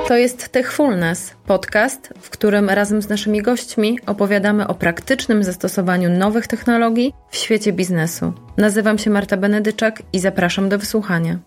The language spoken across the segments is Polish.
To jest Techfulness, podcast, w którym razem z naszymi gośćmi opowiadamy o praktycznym zastosowaniu nowych technologii w świecie biznesu. Nazywam się Marta Benedyczak i zapraszam do wysłuchania.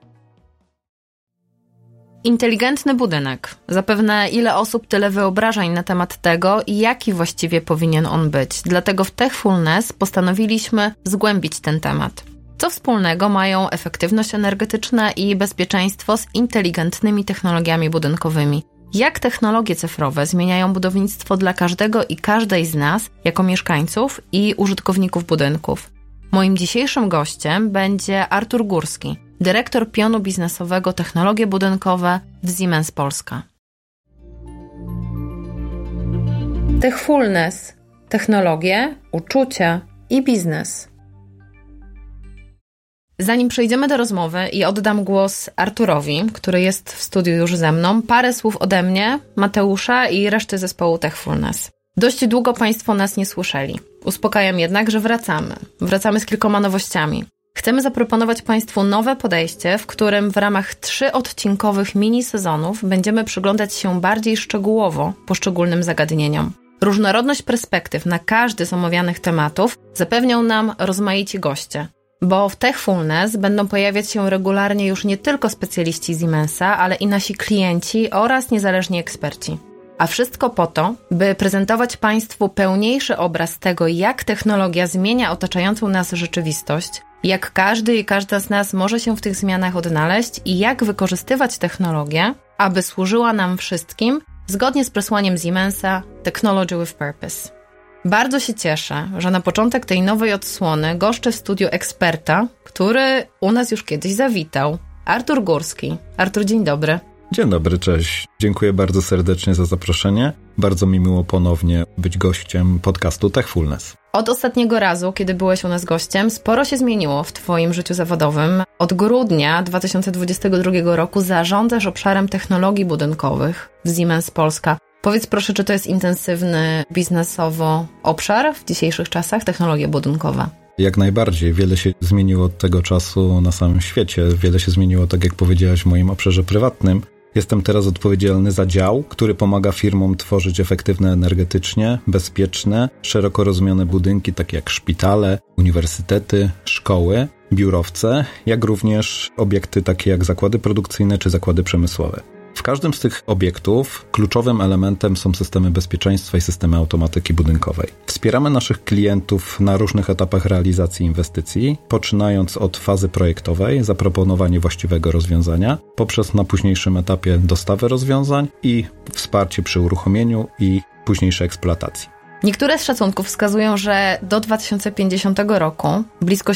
Inteligentny budynek. Zapewne ile osób, tyle wyobrażeń na temat tego, jaki właściwie powinien on być. Dlatego w Techfulness postanowiliśmy zgłębić ten temat. Co wspólnego mają efektywność energetyczna i bezpieczeństwo z inteligentnymi technologiami budynkowymi? Jak technologie cyfrowe zmieniają budownictwo dla każdego i każdej z nas jako mieszkańców i użytkowników budynków? Moim dzisiejszym gościem będzie Artur Górski, dyrektor pionu biznesowego Technologie Budynkowe w Siemens Polska. Techfulness. Technologie, uczucia i biznes. Zanim przejdziemy do rozmowy i oddam głos Arturowi, który jest w studiu już ze mną, parę słów ode mnie, Mateusza i reszty zespołu Techfulness. Dość długo Państwo nas nie słyszeli. Uspokajam jednak, że wracamy. Wracamy z kilkoma nowościami. Chcemy zaproponować Państwu nowe podejście, w którym w ramach 3-odcinkowych mini-sezonów będziemy przyglądać się bardziej szczegółowo poszczególnym zagadnieniom. Różnorodność perspektyw na każdy z omawianych tematów zapewnią nam rozmaici goście. Bo w Techfulness będą pojawiać się regularnie już nie tylko specjaliści Siemensa, ale i nasi klienci oraz niezależni eksperci. A wszystko po to, by prezentować Państwu pełniejszy obraz tego, jak technologia zmienia otaczającą nas rzeczywistość, jak każdy i każda z nas może się w tych zmianach odnaleźć i jak wykorzystywać technologię, aby służyła nam wszystkim zgodnie z przesłaniem Siemensa Technology with Purpose. Bardzo się cieszę, że na początek tej nowej odsłony goszczę w studiu eksperta, który u nas już kiedyś zawitał. Artur Górski. Artur, dzień dobry. Dzień dobry, cześć. Dziękuję bardzo serdecznie za zaproszenie. Bardzo mi miło ponownie być gościem podcastu Techfulness. Od ostatniego razu, kiedy byłeś u nas gościem, sporo się zmieniło w Twoim życiu zawodowym. Od grudnia 2022 roku zarządzasz obszarem technologii budynkowych w Siemens Polska. Powiedz proszę, czy to jest intensywny biznesowo obszar w dzisiejszych czasach, technologia budynkowa? Jak najbardziej. Wiele się zmieniło od tego czasu na samym świecie. Wiele się zmieniło, tak jak powiedziałaś, w moim obszarze prywatnym. Jestem teraz odpowiedzialny za dział, który pomaga firmom tworzyć efektywne energetycznie, bezpieczne, szeroko rozumiane budynki, takie jak szpitale, uniwersytety, szkoły, biurowce, jak również obiekty takie jak zakłady produkcyjne czy zakłady przemysłowe. W każdym z tych obiektów kluczowym elementem są systemy bezpieczeństwa i systemy automatyki budynkowej. Wspieramy naszych klientów na różnych etapach realizacji inwestycji, poczynając od fazy projektowej, zaproponowanie właściwego rozwiązania, poprzez na późniejszym etapie dostawę rozwiązań i wsparcie przy uruchomieniu i późniejszej eksploatacji. Niektóre z szacunków wskazują, że do 2050 roku blisko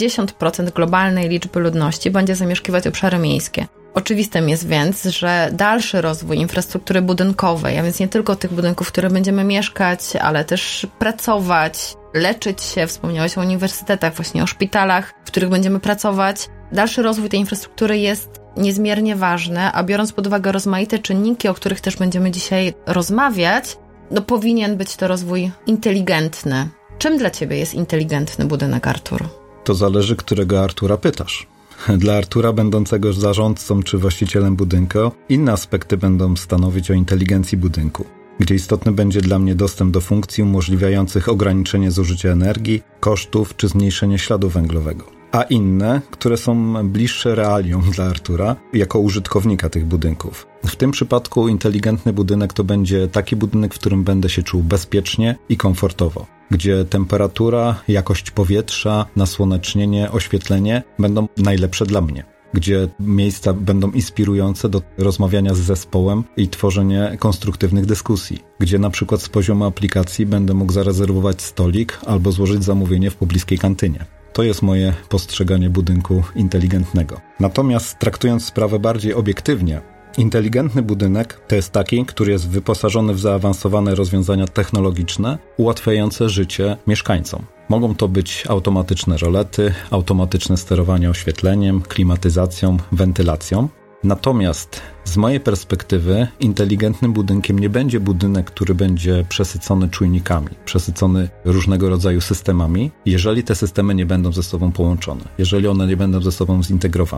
70% globalnej liczby ludności będzie zamieszkiwać obszary miejskie. Oczywistym jest więc, że dalszy rozwój infrastruktury budynkowej, a więc nie tylko tych budynków, w których będziemy mieszkać, ale też pracować, leczyć się, wspomniałeś o uniwersytetach, właśnie o szpitalach, w których będziemy pracować. Dalszy rozwój tej infrastruktury jest niezmiernie ważny, a biorąc pod uwagę rozmaite czynniki, o których też będziemy dzisiaj rozmawiać, powinien być to rozwój inteligentny. Czym dla Ciebie jest inteligentny budynek, Artur? To zależy, którego Artura pytasz. Dla Artura, będącego zarządcą czy właścicielem budynku, inne aspekty będą stanowić o inteligencji budynku, gdzie istotny będzie dla mnie dostęp do funkcji umożliwiających ograniczenie zużycia energii, kosztów czy zmniejszenie śladu węglowego. A inne, które są bliższe realiom dla Artura jako użytkownika tych budynków. W tym przypadku inteligentny budynek to będzie taki budynek, w którym będę się czuł bezpiecznie i komfortowo, gdzie temperatura, jakość powietrza, nasłonecznienie, oświetlenie będą najlepsze dla mnie, gdzie miejsca będą inspirujące do rozmawiania z zespołem i tworzenia konstruktywnych dyskusji, gdzie na przykład z poziomu aplikacji będę mógł zarezerwować stolik albo złożyć zamówienie w pobliskiej kantynie. To jest moje postrzeganie budynku inteligentnego. Natomiast traktując sprawę bardziej obiektywnie, inteligentny budynek to jest taki, który jest wyposażony w zaawansowane rozwiązania technologiczne ułatwiające życie mieszkańcom. Mogą to być automatyczne rolety, automatyczne sterowanie oświetleniem, klimatyzacją, wentylacją. Natomiast z mojej perspektywy inteligentnym budynkiem nie będzie budynek, który będzie przesycony czujnikami, przesycony różnego rodzaju systemami, jeżeli te systemy nie będą ze sobą połączone, jeżeli one nie będą ze sobą zintegrowane.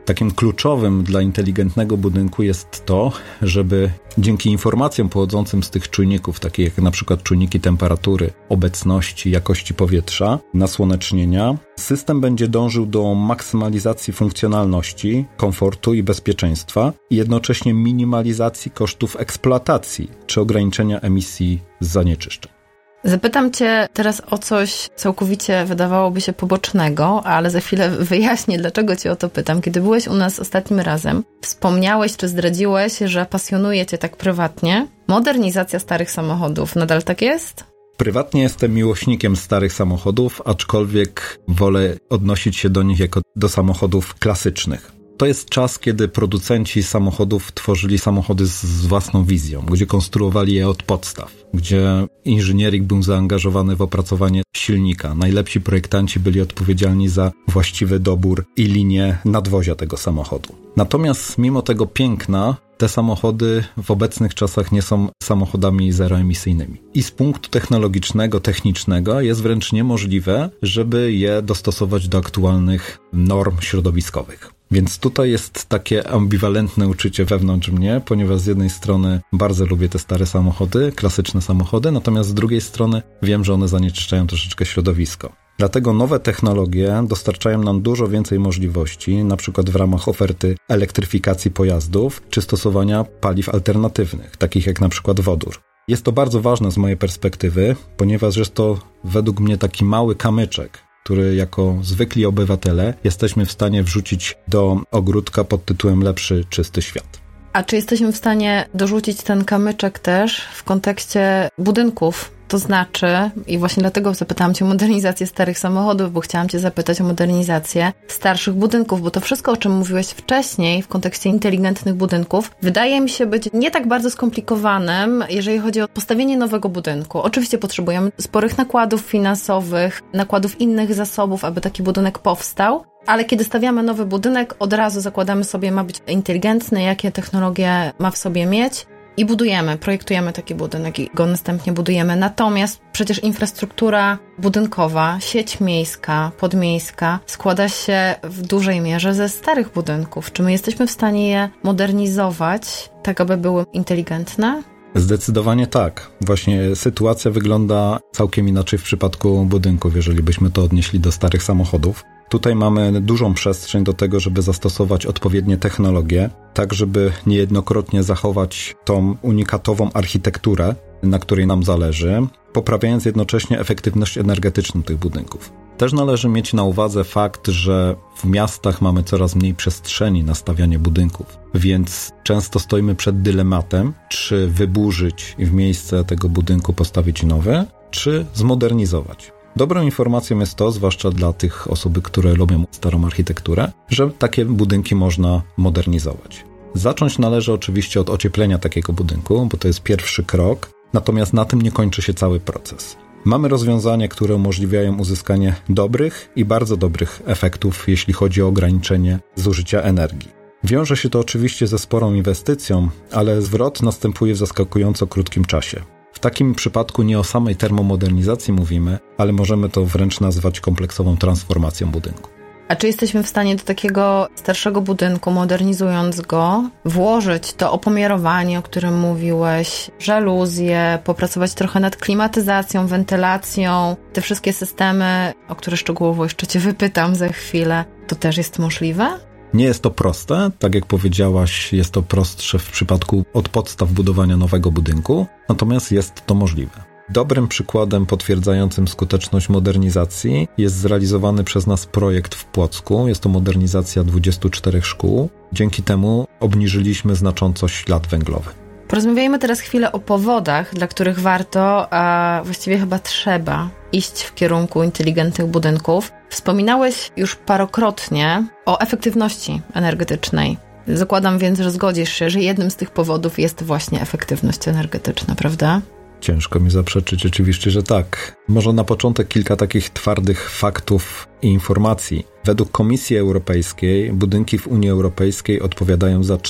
Takim kluczowym dla inteligentnego budynku jest to, żeby dzięki informacjom pochodzącym z tych czujników, takich jak na przykład czujniki temperatury, obecności, jakości powietrza, nasłonecznienia, system będzie dążył do maksymalizacji funkcjonalności, komfortu i bezpieczeństwa i jednocześnie minimalizacji kosztów eksploatacji czy ograniczenia emisji zanieczyszczeń. Zapytam Cię teraz o coś całkowicie wydawałoby się pobocznego, ale za chwilę wyjaśnię, dlaczego Cię o to pytam. Kiedy byłeś u nas ostatnim razem, wspomniałeś czy zdradziłeś, że pasjonuje Cię tak prywatnie modernizacja starych samochodów. Nadal tak jest? Prywatnie jestem miłośnikiem starych samochodów, aczkolwiek wolę odnosić się do nich jako do samochodów klasycznych. To jest czas, kiedy producenci samochodów tworzyli samochody z własną wizją, gdzie konstruowali je od podstaw, gdzie inżynierik był zaangażowany w opracowanie silnika. Najlepsi projektanci byli odpowiedzialni za właściwy dobór i linię nadwozia tego samochodu. Natomiast mimo tego piękna, te samochody w obecnych czasach nie są samochodami zeroemisyjnymi. I z punktu technologicznego, technicznego jest wręcz niemożliwe, żeby je dostosować do aktualnych norm środowiskowych. Więc tutaj jest takie ambiwalentne uczucie wewnątrz mnie, ponieważ z jednej strony bardzo lubię te stare samochody, klasyczne samochody, natomiast z drugiej strony wiem, że one zanieczyszczają troszeczkę środowisko. Dlatego nowe technologie dostarczają nam dużo więcej możliwości, na przykład w ramach oferty elektryfikacji pojazdów czy stosowania paliw alternatywnych, takich jak na przykład wodór. Jest to bardzo ważne z mojej perspektywy, ponieważ jest to według mnie taki mały kamyczek, który jako zwykli obywatele jesteśmy w stanie wrzucić do ogródka pod tytułem lepszy, czysty świat. A czy jesteśmy w stanie dorzucić ten kamyczek też w kontekście budynków? To znaczy, i właśnie dlatego zapytałam Cię o modernizację starych samochodów, bo chciałam Cię zapytać o modernizację starszych budynków, bo to wszystko, o czym mówiłeś wcześniej w kontekście inteligentnych budynków, wydaje mi się być nie tak bardzo skomplikowanym, jeżeli chodzi o postawienie nowego budynku. Oczywiście potrzebujemy sporych nakładów finansowych, nakładów innych zasobów, aby taki budynek powstał, ale kiedy stawiamy nowy budynek, od razu zakładamy sobie, ma być inteligentny, jakie technologie ma w sobie mieć. I budujemy, projektujemy taki budynek i go następnie budujemy. Natomiast przecież infrastruktura budynkowa, sieć miejska, podmiejska składa się w dużej mierze ze starych budynków. Czy my jesteśmy w stanie je modernizować tak, aby były inteligentne? Zdecydowanie tak. Właśnie sytuacja wygląda całkiem inaczej w przypadku budynków, jeżeli byśmy to odnieśli do starych samochodów. Tutaj mamy dużą przestrzeń do tego, żeby zastosować odpowiednie technologie, tak żeby niejednokrotnie zachować tą unikatową architekturę, na której nam zależy, poprawiając jednocześnie efektywność energetyczną tych budynków. Też należy mieć na uwadze fakt, że w miastach mamy coraz mniej przestrzeni na stawianie budynków, więc często stoimy przed dylematem, czy wyburzyć i w miejsce tego budynku postawić nowy, czy zmodernizować. Dobrą informacją jest to, zwłaszcza dla tych osób, które lubią starą architekturę, że takie budynki można modernizować. Zacząć należy oczywiście od ocieplenia takiego budynku, bo to jest pierwszy krok, natomiast na tym nie kończy się cały proces. Mamy rozwiązania, które umożliwiają uzyskanie dobrych i bardzo dobrych efektów, jeśli chodzi o ograniczenie zużycia energii. Wiąże się to oczywiście ze sporą inwestycją, ale zwrot następuje w zaskakująco krótkim czasie. W takim przypadku nie o samej termomodernizacji mówimy, ale możemy to wręcz nazwać kompleksową transformacją budynku. A czy jesteśmy w stanie do takiego starszego budynku, modernizując go, włożyć to opomiarowanie, o którym mówiłeś, żaluzje, popracować trochę nad klimatyzacją, wentylacją, te wszystkie systemy, o które szczegółowo jeszcze Cię wypytam za chwilę, to też jest możliwe? Nie jest to proste, tak jak powiedziałaś, jest to prostsze w przypadku od podstaw budowania nowego budynku, natomiast jest to możliwe. Dobrym przykładem potwierdzającym skuteczność modernizacji jest zrealizowany przez nas projekt w Płocku. Jest to modernizacja 24 szkół. Dzięki temu obniżyliśmy znacząco ślad węglowy. Porozmawiajmy teraz chwilę o powodach, dla których warto, a właściwie chyba trzeba iść w kierunku inteligentnych budynków. Wspominałeś już parokrotnie o efektywności energetycznej. Zakładam więc, że zgodzisz się, że jednym z tych powodów jest właśnie efektywność energetyczna, prawda? Ciężko mi zaprzeczyć, oczywiście, że tak. Może na początek kilka takich twardych faktów i informacji. Według Komisji Europejskiej budynki w Unii Europejskiej odpowiadają za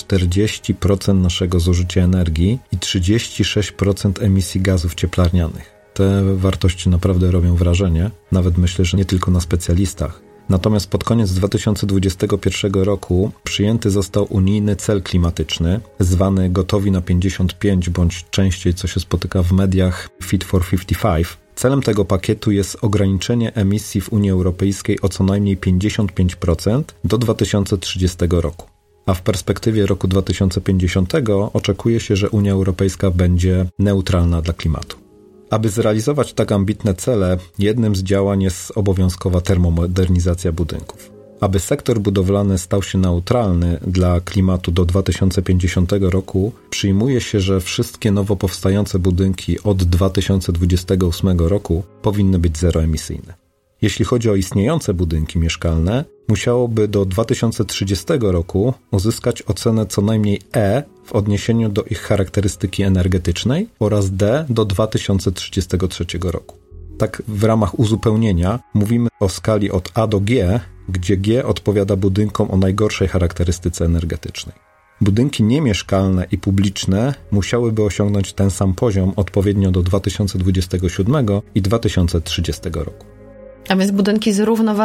40% naszego zużycia energii i 36% emisji gazów cieplarnianych. Te wartości naprawdę robią wrażenie, nawet myślę, że nie tylko na specjalistach. Natomiast pod koniec 2021 roku przyjęty został unijny cel klimatyczny, zwany Gotowi na 55, bądź częściej, co się spotyka w mediach, Fit for 55. Celem tego pakietu jest ograniczenie emisji w Unii Europejskiej o co najmniej 55% do 2030 roku. A w perspektywie roku 2050 oczekuje się, że Unia Europejska będzie neutralna dla klimatu. Aby zrealizować tak ambitne cele, jednym z działań jest obowiązkowa termomodernizacja budynków. Aby sektor budowlany stał się neutralny dla klimatu do 2050 roku, przyjmuje się, że wszystkie nowo powstające budynki od 2028 roku powinny być zeroemisyjne. Jeśli chodzi o istniejące budynki mieszkalne, musiałoby do 2030 roku uzyskać ocenę co najmniej E w odniesieniu do ich charakterystyki energetycznej oraz D do 2033 roku. Tak w ramach uzupełnienia mówimy o skali od A do G, gdzie G odpowiada budynkom o najgorszej charakterystyce energetycznej. Budynki niemieszkalne i publiczne musiałyby osiągnąć ten sam poziom odpowiednio do 2027 i 2030 roku. A więc budynki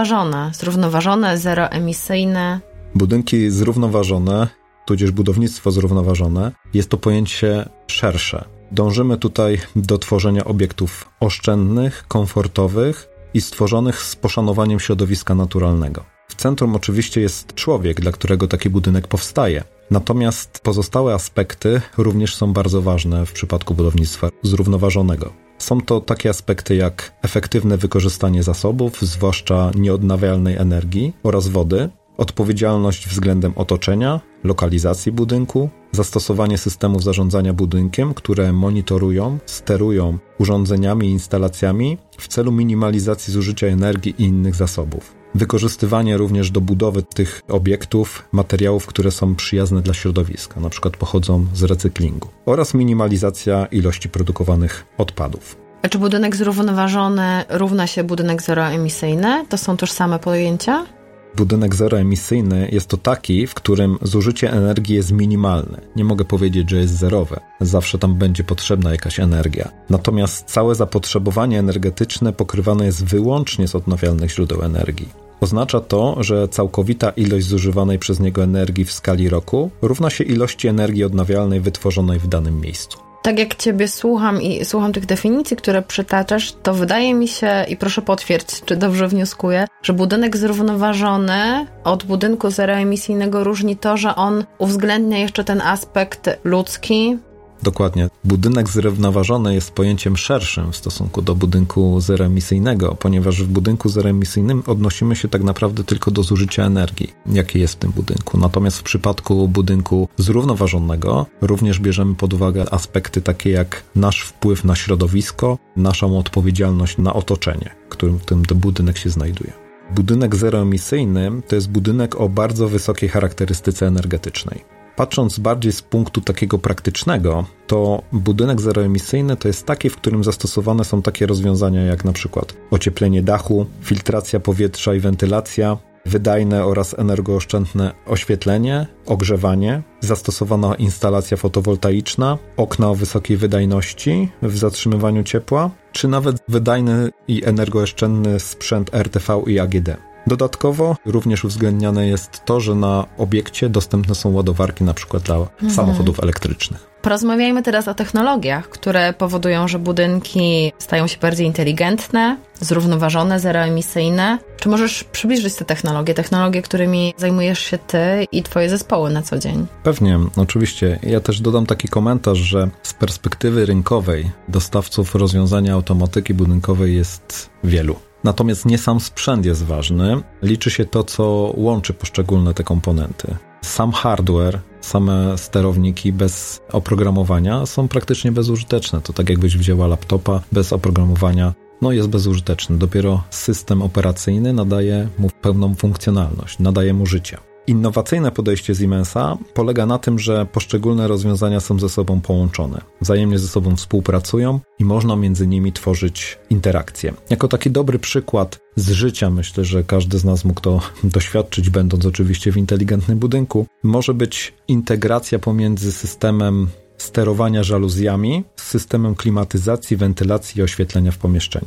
zrównoważone, zeroemisyjne. Budynki zrównoważone, tudzież budownictwo zrównoważone, jest to pojęcie szersze. Dążymy tutaj do tworzenia obiektów oszczędnych, komfortowych i stworzonych z poszanowaniem środowiska naturalnego. W centrum oczywiście jest człowiek, dla którego taki budynek powstaje. Natomiast pozostałe aspekty również są bardzo ważne w przypadku budownictwa zrównoważonego. Są to takie aspekty jak efektywne wykorzystanie zasobów, zwłaszcza nieodnawialnej energii oraz wody, odpowiedzialność względem otoczenia, lokalizacji budynku, zastosowanie systemów zarządzania budynkiem, które monitorują, sterują urządzeniami i instalacjami w celu minimalizacji zużycia energii i innych zasobów. Wykorzystywanie również do budowy tych obiektów materiałów, które są przyjazne dla środowiska, na przykład pochodzą z recyklingu, oraz minimalizacja ilości produkowanych odpadów. A czy budynek zrównoważony równa się budynek zeroemisyjny? To są tożsame pojęcia? Budynek zeroemisyjny jest to taki, w którym zużycie energii jest minimalne. Nie mogę powiedzieć, że jest zerowe. Zawsze tam będzie potrzebna jakaś energia. Natomiast całe zapotrzebowanie energetyczne pokrywane jest wyłącznie z odnawialnych źródeł energii. Oznacza to, że całkowita ilość zużywanej przez niego energii w skali roku równa się ilości energii odnawialnej wytworzonej w danym miejscu. Tak jak Ciebie słucham i słucham tych definicji, które przytaczasz, to wydaje mi się, i proszę potwierdzić, czy dobrze wnioskuję, że budynek zrównoważony od budynku zeroemisyjnego różni to, że on uwzględnia jeszcze ten aspekt ludzki. Dokładnie. Budynek zrównoważony jest pojęciem szerszym w stosunku do budynku zeroemisyjnego, ponieważ w budynku zeroemisyjnym odnosimy się tak naprawdę tylko do zużycia energii, jakie jest w tym budynku. Natomiast w przypadku budynku zrównoważonego również bierzemy pod uwagę aspekty takie jak nasz wpływ na środowisko, naszą odpowiedzialność na otoczenie, w którym ten budynek się znajduje. Budynek zeroemisyjny to jest budynek o bardzo wysokiej charakterystyce energetycznej. Patrząc bardziej z punktu takiego praktycznego, to budynek zeroemisyjny to jest taki, w którym zastosowane są takie rozwiązania jak na przykład ocieplenie dachu, filtracja powietrza i wentylacja, wydajne oraz energooszczędne oświetlenie, ogrzewanie, zastosowana instalacja fotowoltaiczna, okna o wysokiej wydajności w zatrzymywaniu ciepła, czy nawet wydajny i energooszczędny sprzęt RTV i AGD. Dodatkowo również uwzględniane jest to, że na obiekcie dostępne są ładowarki na przykład dla samochodów elektrycznych. Porozmawiajmy teraz o technologiach, które powodują, że budynki stają się bardziej inteligentne, zrównoważone, zeroemisyjne. Czy możesz przybliżyć te technologie, którymi zajmujesz się Ty i Twoje zespoły na co dzień? Pewnie, oczywiście. Ja też dodam taki komentarz, że z perspektywy rynkowej dostawców rozwiązania automatyki budynkowej jest wielu. Natomiast nie sam sprzęt jest ważny, liczy się to, co łączy poszczególne te komponenty. Sam hardware, same sterowniki bez oprogramowania są praktycznie bezużyteczne. To tak jakbyś wzięła laptopa bez oprogramowania, jest bezużyteczny. Dopiero system operacyjny nadaje mu pełną funkcjonalność, nadaje mu życie. Innowacyjne podejście Siemensa polega na tym, że poszczególne rozwiązania są ze sobą połączone, wzajemnie ze sobą współpracują i można między nimi tworzyć interakcje. Jako taki dobry przykład z życia, myślę, że każdy z nas mógł to doświadczyć, będąc oczywiście w inteligentnym budynku, może być integracja pomiędzy systemem sterowania żaluzjami z systemem klimatyzacji, wentylacji i oświetlenia w pomieszczeniu.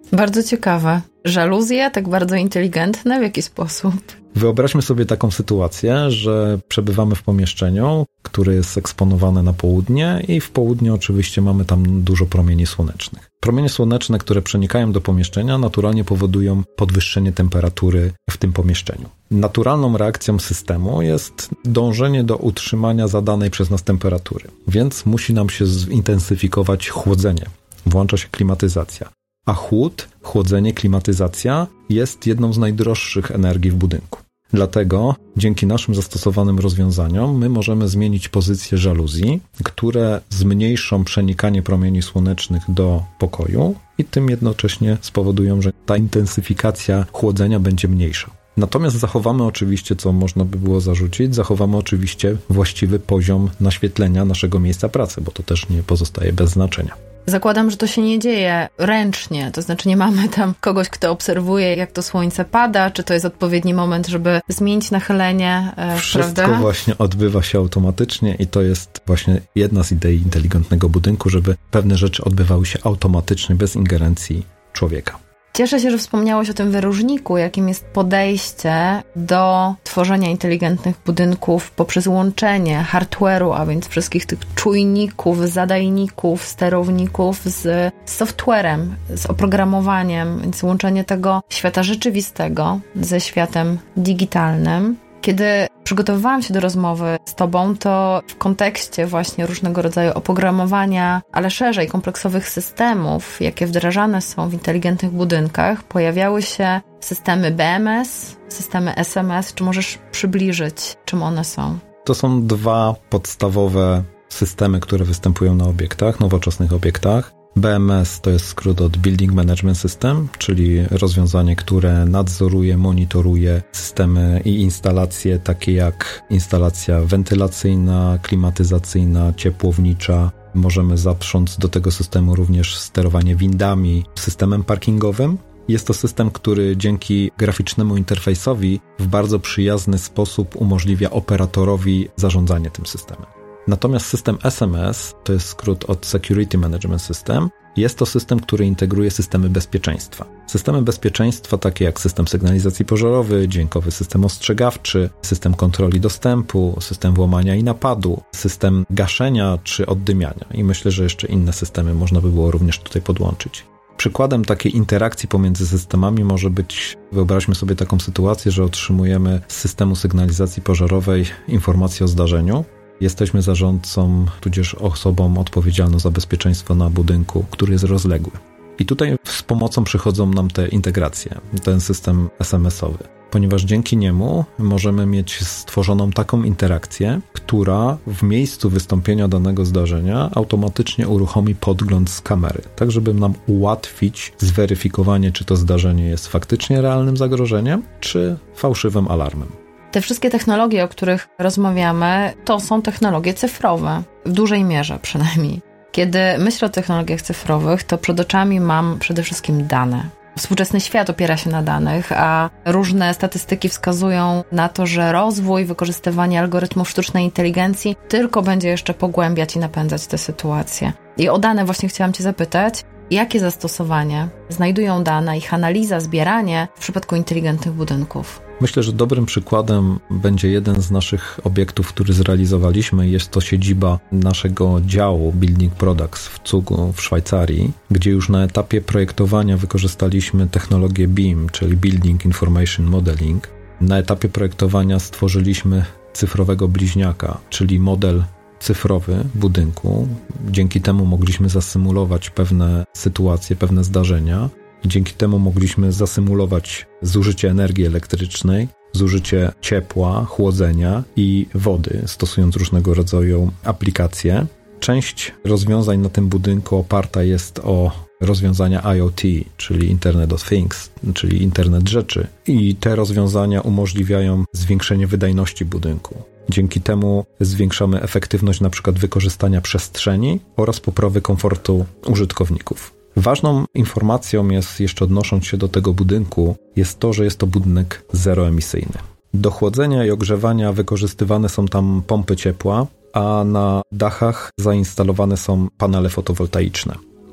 Bardzo ciekawe. Żaluzje tak bardzo inteligentne? W jaki sposób? Wyobraźmy sobie taką sytuację, że przebywamy w pomieszczeniu, które jest eksponowane na południe i w południu oczywiście mamy tam dużo promieni słonecznych. Promienie słoneczne, które przenikają do pomieszczenia, naturalnie powodują podwyższenie temperatury w tym pomieszczeniu. Naturalną reakcją systemu jest dążenie do utrzymania zadanej przez nas temperatury, więc musi nam się zintensyfikować chłodzenie. Włącza się klimatyzacja. A chłód, chłodzenie, klimatyzacja jest jedną z najdroższych energii w budynku. Dlatego dzięki naszym zastosowanym rozwiązaniom my możemy zmienić pozycję żaluzji, które zmniejszą przenikanie promieni słonecznych do pokoju i tym jednocześnie spowodują, że ta intensyfikacja chłodzenia będzie mniejsza. Natomiast zachowamy oczywiście, co można by było zarzucić, zachowamy oczywiście właściwy poziom naświetlenia naszego miejsca pracy, bo to też nie pozostaje bez znaczenia. Zakładam, że to się nie dzieje ręcznie, to znaczy nie mamy tam kogoś, kto obserwuje, jak to słońce pada, czy to jest odpowiedni moment, żeby zmienić nachylenie, Wszystko prawda? właśnie odbywa się automatycznie i to jest właśnie jedna z idei inteligentnego budynku, żeby pewne rzeczy odbywały się automatycznie, bez ingerencji człowieka. Cieszę się, że wspomniałeś o tym wyróżniku, jakim jest podejście do tworzenia inteligentnych budynków poprzez łączenie hardware'u, a więc wszystkich tych czujników, zadajników, sterowników z softwarem, z oprogramowaniem, więc łączenie tego świata rzeczywistego ze światem digitalnym. Kiedy przygotowywałam się do rozmowy z Tobą, to w kontekście właśnie różnego rodzaju oprogramowania, ale szerzej kompleksowych systemów, jakie wdrażane są w inteligentnych budynkach, pojawiały się systemy BMS, systemy SMS. Czy możesz przybliżyć, czym one są? To są dwa podstawowe systemy, które występują na obiektach, nowoczesnych obiektach. BMS to jest skrót od Building Management System, czyli rozwiązanie, które nadzoruje, monitoruje systemy i instalacje takie jak instalacja wentylacyjna, klimatyzacyjna, ciepłownicza. Możemy zaprząc do tego systemu również sterowanie windami, systemem parkingowym. Jest to system, który dzięki graficznemu interfejsowi w bardzo przyjazny sposób umożliwia operatorowi zarządzanie tym systemem. Natomiast system SMS, to jest skrót od Security Management System, jest to system, który integruje systemy bezpieczeństwa. Systemy bezpieczeństwa takie jak system sygnalizacji pożarowej, dźwiękowy system ostrzegawczy, system kontroli dostępu, system włamania i napadu, system gaszenia czy oddymiania. I myślę, że jeszcze inne systemy można by było również tutaj podłączyć. Przykładem takiej interakcji pomiędzy systemami może być, wyobraźmy sobie taką sytuację, że otrzymujemy z systemu sygnalizacji pożarowej informację o zdarzeniu. Jesteśmy zarządcą, tudzież osobą odpowiedzialną za bezpieczeństwo na budynku, który jest rozległy. I tutaj z pomocą przychodzą nam te integracje, ten system SMS-owy, ponieważ dzięki niemu możemy mieć stworzoną taką interakcję, która w miejscu wystąpienia danego zdarzenia automatycznie uruchomi podgląd z kamery, tak żeby nam ułatwić zweryfikowanie, czy to zdarzenie jest faktycznie realnym zagrożeniem, czy fałszywym alarmem. Te wszystkie technologie, o których rozmawiamy, to są technologie cyfrowe, w dużej mierze przynajmniej. Kiedy myślę o technologiach cyfrowych, to przed oczami mam przede wszystkim dane. Współczesny świat opiera się na danych, a różne statystyki wskazują na to, że rozwój, wykorzystywanie algorytmów sztucznej inteligencji tylko będzie jeszcze pogłębiać i napędzać tę sytuację. I o dane właśnie chciałam Cię zapytać, jakie zastosowanie znajdują dane, ich analiza, zbieranie w przypadku inteligentnych budynków? Myślę, że dobrym przykładem będzie jeden z naszych obiektów, który zrealizowaliśmy. Jest to siedziba naszego działu Building Products w Zugu w Szwajcarii, gdzie już na etapie projektowania wykorzystaliśmy technologię BIM, czyli Building Information Modeling. Na etapie projektowania stworzyliśmy cyfrowego bliźniaka, czyli model cyfrowy budynku. Dzięki temu mogliśmy zasymulować pewne sytuacje, pewne zdarzenia. Dzięki temu mogliśmy zasymulować zużycie energii elektrycznej, zużycie ciepła, chłodzenia i wody, stosując różnego rodzaju aplikacje. Część rozwiązań na tym budynku oparta jest o rozwiązania IoT, czyli Internet of Things, czyli Internet Rzeczy. I te rozwiązania umożliwiają zwiększenie wydajności budynku. Dzięki temu zwiększamy efektywność na przykład wykorzystania przestrzeni oraz poprawy komfortu użytkowników. Ważną informacją jest, jeszcze odnosząc się do tego budynku, jest to, że jest to budynek zeroemisyjny. Do chłodzenia i ogrzewania wykorzystywane są tam pompy ciepła, a na dachach zainstalowane są panele fotowoltaiczne.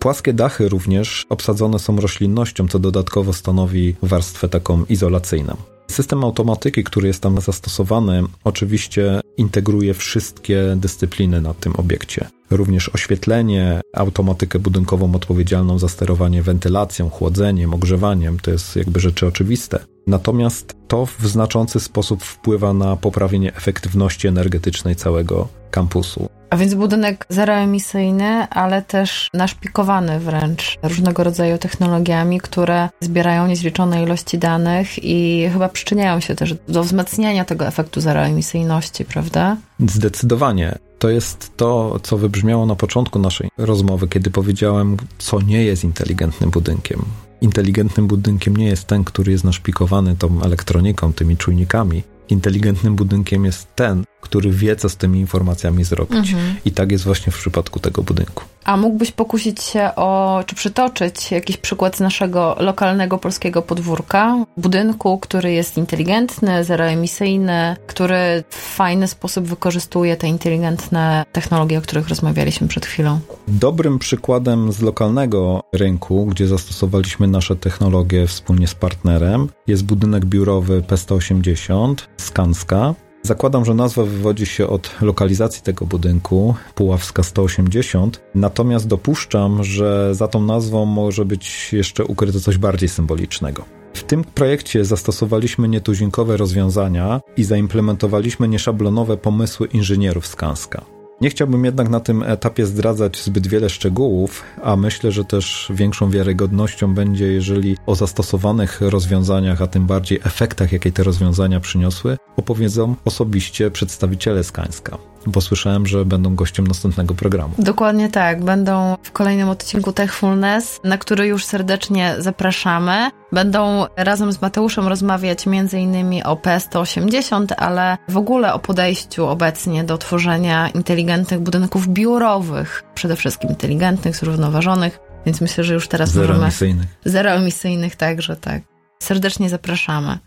Płaskie dachy również obsadzone są roślinnością, co dodatkowo stanowi warstwę taką izolacyjną. System automatyki, który jest tam zastosowany, oczywiście integruje wszystkie dyscypliny na tym obiekcie. Również oświetlenie, automatykę budynkową odpowiedzialną za sterowanie wentylacją, chłodzeniem, ogrzewaniem, to jest jakby rzeczy oczywiste. Natomiast to w znaczący sposób wpływa na poprawienie efektywności energetycznej całego kampusu. A więc budynek zeroemisyjny, ale też naszpikowany wręcz różnego rodzaju technologiami, które zbierają niezliczone ilości danych i chyba przyczyniają się też do wzmacniania tego efektu zeroemisyjności, prawda? Zdecydowanie. To jest to, co wybrzmiało na początku naszej rozmowy, kiedy powiedziałem, co nie jest inteligentnym budynkiem. Inteligentnym budynkiem nie jest ten, który jest naszpikowany tą elektroniką, tymi czujnikami. Inteligentnym budynkiem jest ten, który wie, co z tymi informacjami zrobić. I tak jest właśnie w przypadku tego budynku. A mógłbyś pokusić się czy przytoczyć jakiś przykład z naszego lokalnego polskiego podwórka? Budynku, który jest inteligentny, zeroemisyjny, który w fajny sposób wykorzystuje te inteligentne technologie, o których rozmawialiśmy przed chwilą. Dobrym przykładem z lokalnego rynku, gdzie zastosowaliśmy nasze technologie wspólnie z partnerem, jest budynek biurowy P180 Skanska. Zakładam, że nazwa wywodzi się od lokalizacji tego budynku, Puławska 180, natomiast dopuszczam, że za tą nazwą może być jeszcze ukryte coś bardziej symbolicznego. W tym projekcie zastosowaliśmy nietuzinkowe rozwiązania i zaimplementowaliśmy nieszablonowe pomysły inżynierów Skanska. Nie chciałbym jednak na tym etapie zdradzać zbyt wiele szczegółów, a myślę, że też większą wiarygodnością będzie, jeżeli o zastosowanych rozwiązaniach, a tym bardziej efektach, jakie te rozwiązania przyniosły, opowiedzą osobiście przedstawiciele Skanska, bo słyszałem, że będą gościem następnego programu. Dokładnie tak, będą w kolejnym odcinku Techfulness, na który już serdecznie zapraszamy. Będą razem z Mateuszem rozmawiać m.in. o P180, ale w ogóle o podejściu obecnie do tworzenia inteligentnych budynków biurowych, przede wszystkim inteligentnych, zrównoważonych, więc myślę, że już teraz Zeroemisyjnych także, tak. Serdecznie zapraszamy.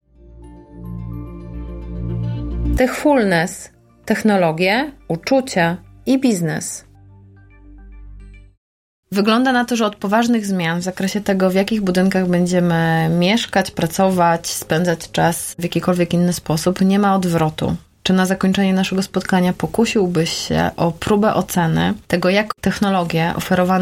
Techfulness. Technologie, uczucia i biznes. Wygląda na to, że od poważnych zmian w zakresie tego, w jakich budynkach będziemy mieszkać, pracować, spędzać czas w jakikolwiek inny sposób, nie ma odwrotu. Czy na zakończenie naszego spotkania pokusiłbyś się o próbę oceny tego, jak technologie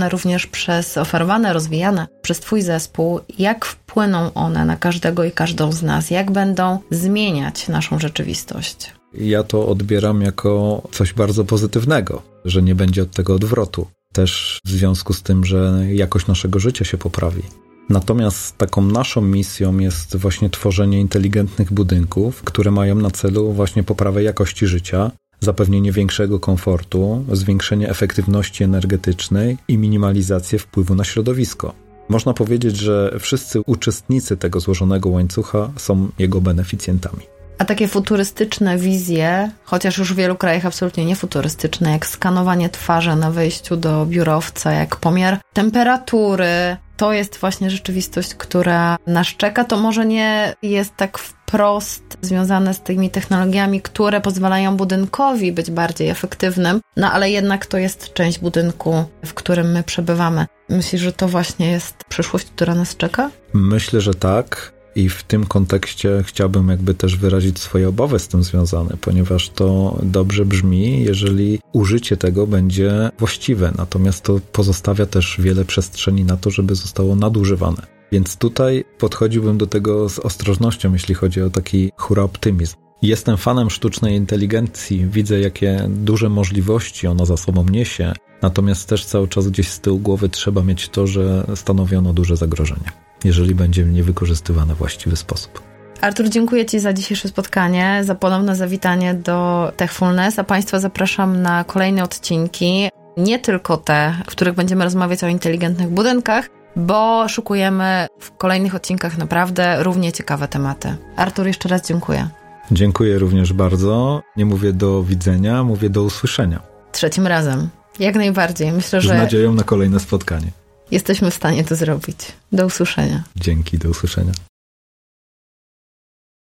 oferowane, rozwijane przez Twój zespół, jak wpłyną one na każdego i każdą z nas, jak będą zmieniać naszą rzeczywistość? Ja to odbieram jako coś bardzo pozytywnego, że nie będzie od tego odwrotu. Też w związku z tym, że jakość naszego życia się poprawi. Natomiast taką naszą misją jest właśnie tworzenie inteligentnych budynków, które mają na celu właśnie poprawę jakości życia, zapewnienie większego komfortu, zwiększenie efektywności energetycznej i minimalizację wpływu na środowisko. Można powiedzieć, że wszyscy uczestnicy tego złożonego łańcucha są jego beneficjentami. A takie futurystyczne wizje, chociaż już w wielu krajach absolutnie niefuturystyczne, jak skanowanie twarzy na wejściu do biurowca, jak pomiar temperatury, to jest właśnie rzeczywistość, która nas czeka. To może nie jest tak wprost związane z tymi technologiami, które pozwalają budynkowi być bardziej efektywnym, no ale jednak to jest część budynku, w którym my przebywamy. Myślisz, że to właśnie jest przyszłość, która nas czeka? Myślę, że tak. I w tym kontekście chciałbym jakby też wyrazić swoje obawy z tym związane, ponieważ to dobrze brzmi, jeżeli użycie tego będzie właściwe, natomiast to pozostawia też wiele przestrzeni na to, żeby zostało nadużywane. Więc tutaj podchodziłbym do tego z ostrożnością, jeśli chodzi o taki hura optymizm. Jestem fanem sztucznej inteligencji, widzę, jakie duże możliwości ona za sobą niesie, natomiast też cały czas gdzieś z tyłu głowy trzeba mieć to, że stanowi ono duże zagrożenie, jeżeli będzie niewykorzystywane w właściwy sposób. Artur, dziękuję Ci za dzisiejsze spotkanie, za ponowne zawitanie do Techfulness, a Państwa zapraszam na kolejne odcinki, nie tylko te, w których będziemy rozmawiać o inteligentnych budynkach, bo szukujemy w kolejnych odcinkach naprawdę równie ciekawe tematy. Artur, jeszcze raz dziękuję. Dziękuję również bardzo. Nie mówię do widzenia, mówię do usłyszenia. Trzecim razem. Jak najbardziej. Myślę, że... Z nadzieją na kolejne spotkanie. Jesteśmy w stanie to zrobić. Do usłyszenia. Dzięki, do usłyszenia.